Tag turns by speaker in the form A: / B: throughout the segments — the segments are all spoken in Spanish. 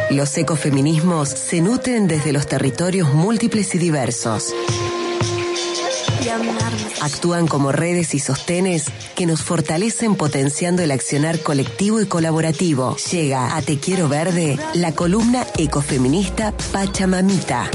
A: Los ecofeminismos se nutren desde los territorios múltiples y diversos. Actúan como redes y sostenes que nos fortalecen potenciando el accionar colectivo y colaborativo. Llega a Te Quiero Verde la columna ecofeminista Pachamamita.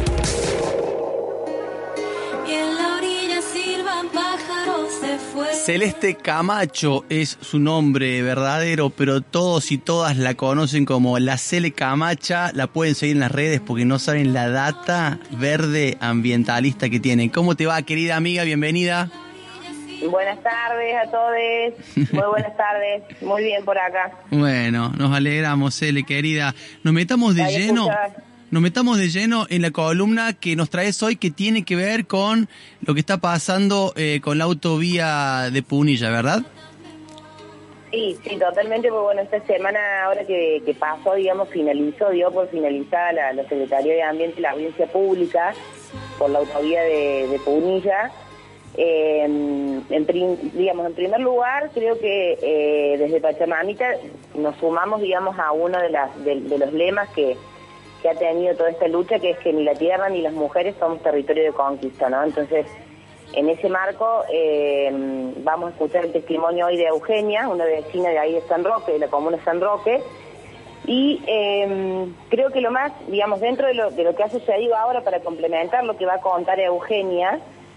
B: Celeste Camacho es su nombre verdadero, pero todos y todas la conocen como la Cele Camacha. La pueden seguir en las redes porque no saben la data verde ambientalista que tiene. ¿Cómo te va, querida amiga? Bienvenida.
C: Buenas tardes a todos. Muy buenas tardes. Muy bien por acá.
B: Bueno, nos alegramos, Cele, querida. Nos metamos de lleno en la columna que nos traes hoy, que tiene que ver con lo que está pasando con la autovía de Punilla, ¿verdad?
C: Sí, totalmente. Pues bueno, esta semana, ahora que pasó, digamos, dio por finalizada la Secretaría de Ambiente y la audiencia pública por la autovía de Punilla. En primer lugar, creo que desde Pachamamita nos sumamos, digamos, a uno de los lemas que ha tenido toda esta lucha, que es que ni la tierra ni las mujeres somos territorio de conquista, ¿no? Entonces, en ese marco, vamos a escuchar el testimonio hoy de Eugenia, una vecina de ahí de San Roque, de la comuna de San Roque, y creo que lo más, digamos, dentro de lo que ha sucedido ahora, para complementar lo que va a contar Eugenia,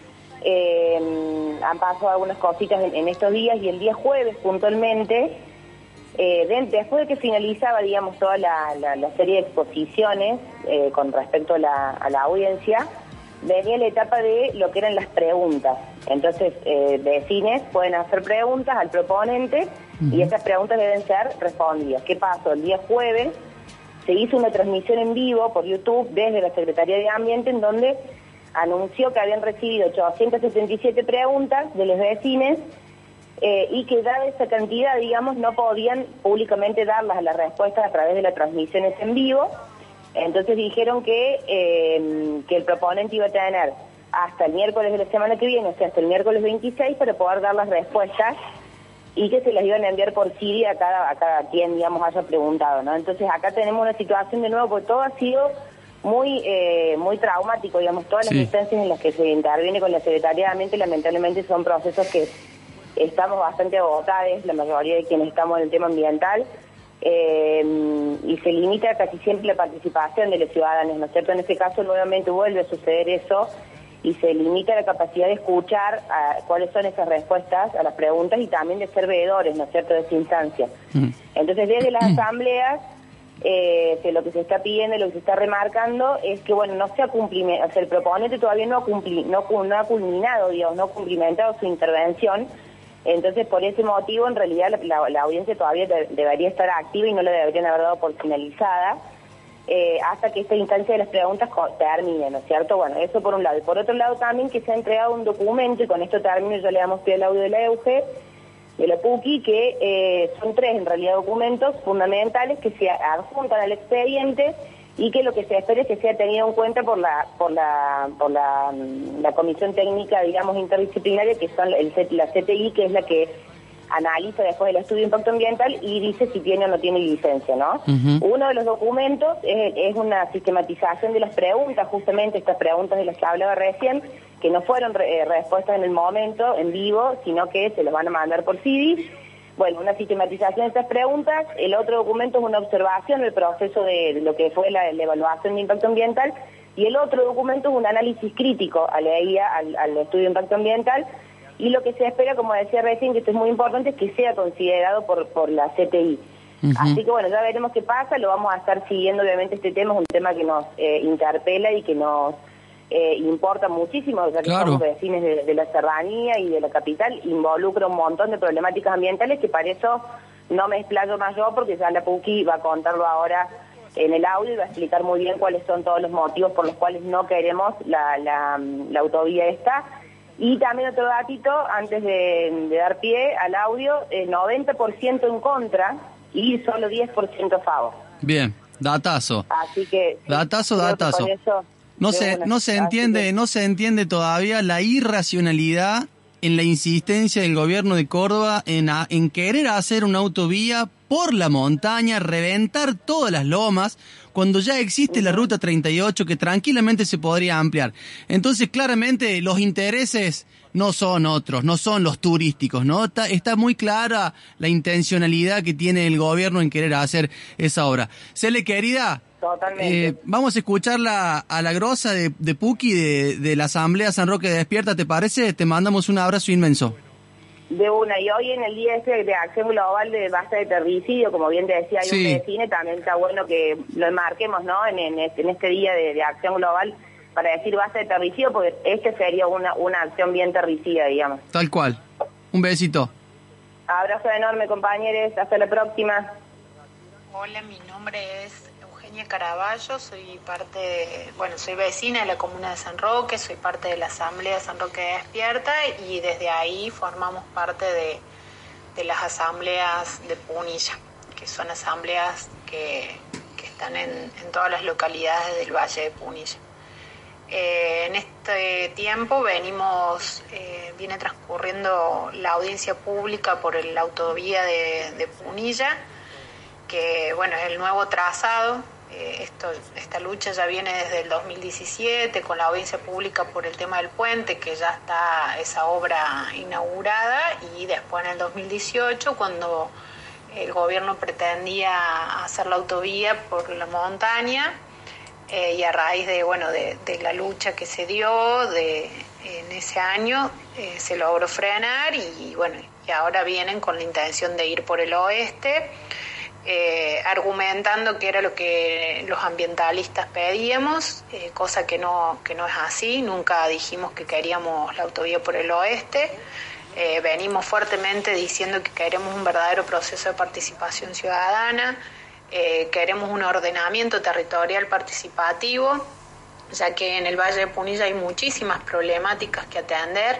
C: han pasado algunas cositas en estos días, y el día jueves puntualmente, después de que finalizaba, digamos, toda la serie de exposiciones con respecto a la audiencia, venía la etapa de lo que eran las preguntas. Entonces, vecinos pueden hacer preguntas al proponente y esas preguntas deben ser respondidas. ¿Qué pasó? El día jueves se hizo una transmisión en vivo por YouTube desde la Secretaría de Ambiente, en donde anunció que habían recibido 877 preguntas de los vecinos, y que dada esa cantidad, digamos, no podían públicamente darlas a las respuestas a través de las transmisiones en vivo. Entonces dijeron que el proponente iba a tener hasta el miércoles de la semana que viene, o sea, hasta el miércoles 26, para poder dar las respuestas, y que se las iban a enviar por Siri a cada quien, digamos, haya preguntado, ¿no? Entonces acá tenemos una situación de nuevo, porque todo ha sido muy traumático, digamos. Todas las instancias en las que se interviene con la Secretaría de Ambiente, lamentablemente, son procesos que estamos bastante agotados, la mayoría de quienes estamos en el tema ambiental, y se limita casi siempre la participación de los ciudadanos, ¿no es cierto? En este caso nuevamente vuelve a suceder eso, y se limita la capacidad de escuchar cuáles son esas respuestas a las preguntas, y también de ser veedores, ¿no es cierto?, de esa instancia. Entonces, desde las asambleas, que lo que se está pidiendo, lo que se está remarcando es que, bueno, no se ha cumplido, o sea, el proponente todavía no ha culminado, digamos, no ha cumplimentado su intervención. Entonces, por ese motivo, en realidad, la audiencia todavía debería estar activa y no la deberían haber dado por finalizada hasta que esta instancia de las preguntas termine, ¿no es cierto? Bueno, eso por un lado. Y por otro lado también, que se ha entregado un documento, y con esto termino, ya le damos pie al audio de la EUGE, de la PUCI, que son 3 en realidad documentos fundamentales que se adjuntan al expediente, y que lo que se espera es que sea tenido en cuenta por la comisión técnica, digamos, interdisciplinaria, que son la CTI, que es la que analiza después el estudio de impacto ambiental y dice si tiene o no tiene licencia, ¿no? Uno de los documentos es una sistematización de las preguntas, justamente estas preguntas de las que hablaba recién, que no fueron respuestas en el momento, en vivo, sino que se los van a mandar por CD. Bueno, una sistematización de estas preguntas. El otro documento es una observación del proceso de lo que fue la evaluación de impacto ambiental, y el otro documento es un análisis crítico al estudio de impacto ambiental, y lo que se espera, como decía recién, que esto es muy importante, es que sea considerado por la CTI. Así que bueno, ya veremos qué pasa, lo vamos a estar siguiendo. Obviamente este tema es un tema que nos interpela y que nos importa muchísimo, ya que somos vecinos de la serranía y de la capital, involucra un montón de problemáticas ambientales, que para eso no me explayo más yo, porque ya la PUCI va a contarlo ahora en el audio y va a explicar muy bien cuáles son todos los motivos por los cuales no queremos la autovía esta. Y también otro datito, antes de dar pie al audio, 90% en contra y solo 10% a favor.
B: Bien, datazo.
C: Así que...
B: Datazo. No se entiende todavía la irracionalidad en la insistencia del gobierno de Córdoba en querer hacer una autovía por la montaña, reventar todas las lomas, cuando ya existe la ruta 38 que tranquilamente se podría ampliar. Entonces, claramente, los intereses no son otros, no son los turísticos, ¿no? Está muy clara la intencionalidad que tiene el gobierno en querer hacer esa obra. Cele, querida, vamos a escuchar a la grosa de Puki de la Asamblea San Roque Despierta, ¿te parece? Te mandamos un abrazo inmenso.
C: De una, y hoy en el día de acción global de basta de terricidio, como bien te decía, hay un vecino, también está bueno que lo enmarquemos, ¿no? En este día de acción global, para decir basta de terricidio, porque sería una acción bien terricida, digamos.
B: Tal cual. Un besito.
C: Abrazo enorme, compañeros. Hasta la próxima.
D: Hola, mi nombre es Eugenia Caraballo, soy soy vecina de la comuna de San Roque, soy parte de la Asamblea San Roque Despierta y desde ahí formamos parte de las asambleas de Punilla, que son asambleas que están en todas las localidades del Valle de Punilla. En este tiempo viene transcurriendo la audiencia pública por la autovía de Punilla, que bueno, es el nuevo trazado. Esta lucha ya viene desde el 2017 con la audiencia pública por el tema del puente, que ya está esa obra inaugurada, y después en el 2018 cuando el gobierno pretendía hacer la autovía por la montaña, y a raíz de la lucha que se dio en ese año se logró frenar y ahora vienen con la intención de ir por el oeste, argumentando que era lo que los ambientalistas pedíamos, cosa que no es así. Nunca dijimos que queríamos la autovía por el oeste. Venimos fuertemente diciendo que queremos un verdadero proceso de participación ciudadana, queremos un ordenamiento territorial participativo, ya que en el Valle de Punilla hay muchísimas problemáticas que atender,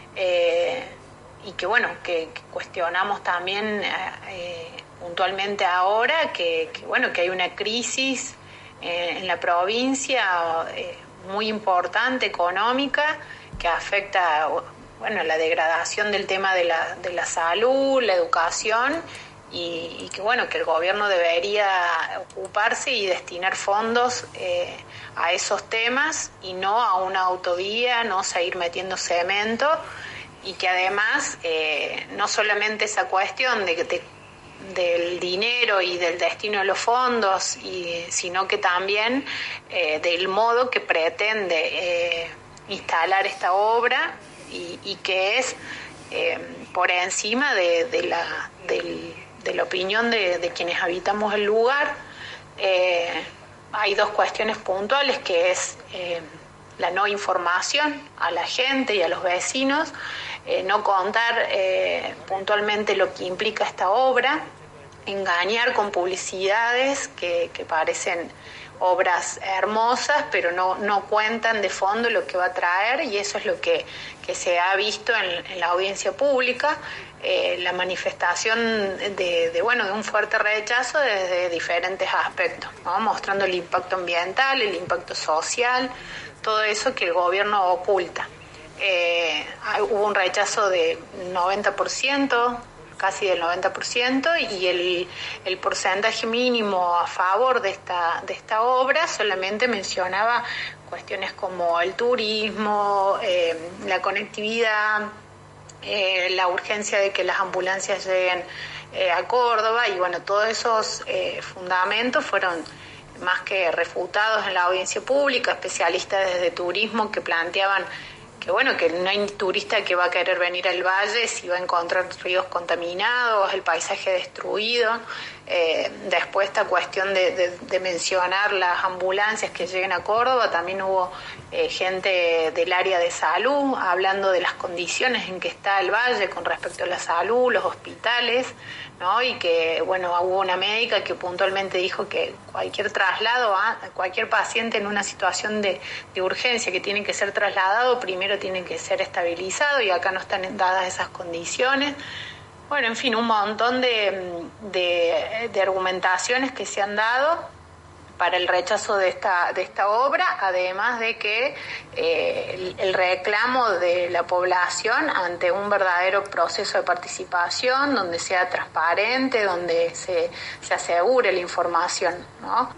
D: y que cuestionamos también puntualmente ahora que hay una crisis en la provincia muy importante económica que afecta la degradación del tema de la salud, la educación, y que el gobierno debería ocuparse y destinar fondos a esos temas y no a una autovía, no seguir metiendo cemento, y que además no solamente esa cuestión del dinero y del destino de los fondos, sino que también del modo que pretende instalar esta obra, y que es por encima de la opinión de quienes habitamos el lugar. Hay dos cuestiones puntuales, que es la no información a la gente y a los vecinos, no contar puntualmente lo que implica esta obra, engañar con publicidades que parecen obras hermosas, pero no cuentan de fondo lo que va a traer, y eso es lo que se ha visto en la audiencia pública, la manifestación de un fuerte rechazo desde diferentes aspectos, ¿no? Mostrando el impacto ambiental, el impacto social, todo eso que el gobierno oculta. Hubo un rechazo de 90%, casi del 90%, y el porcentaje mínimo a favor de esta obra solamente mencionaba cuestiones como el turismo, la conectividad, la urgencia de que las ambulancias lleguen a Córdoba, y todos esos fundamentos fueron más que refutados en la audiencia pública. Especialistas desde turismo que planteaban que no hay turista que va a querer venir al valle si va a encontrar ríos contaminados, el paisaje destruido. Después esta cuestión de mencionar las ambulancias que lleguen a Córdoba, también hubo gente del área de salud hablando de las condiciones en que está el valle con respecto a la salud, los hospitales, ¿no? Y que hubo una médica que puntualmente dijo que cualquier traslado cualquier paciente en una situación de urgencia que tiene que ser trasladado, primero tiene que ser estabilizado, y acá no están dadas esas condiciones. En fin, un montón de argumentaciones que se han dado para el rechazo de esta obra, además de que el reclamo de la población ante un verdadero proceso de participación donde sea transparente, donde se asegure la información, ¿no?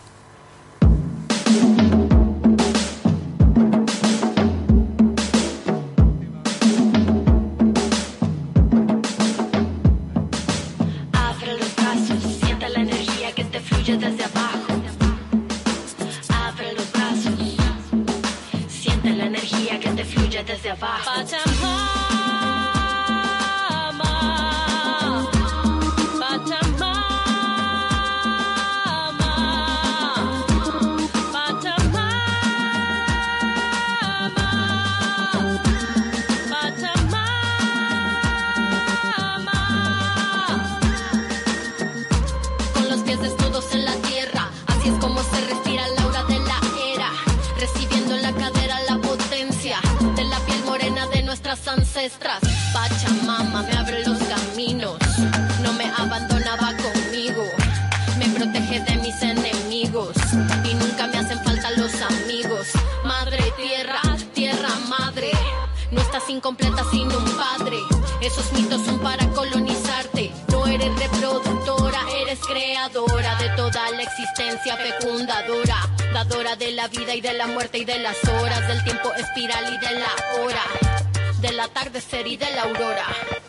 E: Desde abajo, abre los brazos, siente la energía que te fluye desde abajo. Pachamama, Pachamama, Pachamama, Pachamama. Con los pies desnudos en la tierra, así es como se respira la aura de la era, recibiendo en la cadera la potencia de la piel morena de nuestras ancestras. Pachamama me abre los caminos, no me abandonaba conmigo, me protege de mis enemigos y nunca me hacen falta los amigos. Madre tierra, tierra madre, no estás incompleta sin un padre. Esos mitos son para colonizarte. No eres reproductora, eres creadora de toda la existencia, fecundadora, dadora de la vida y de la muerte y de las horas, del tiempo espiral y de la hora, del atardecer y de la aurora.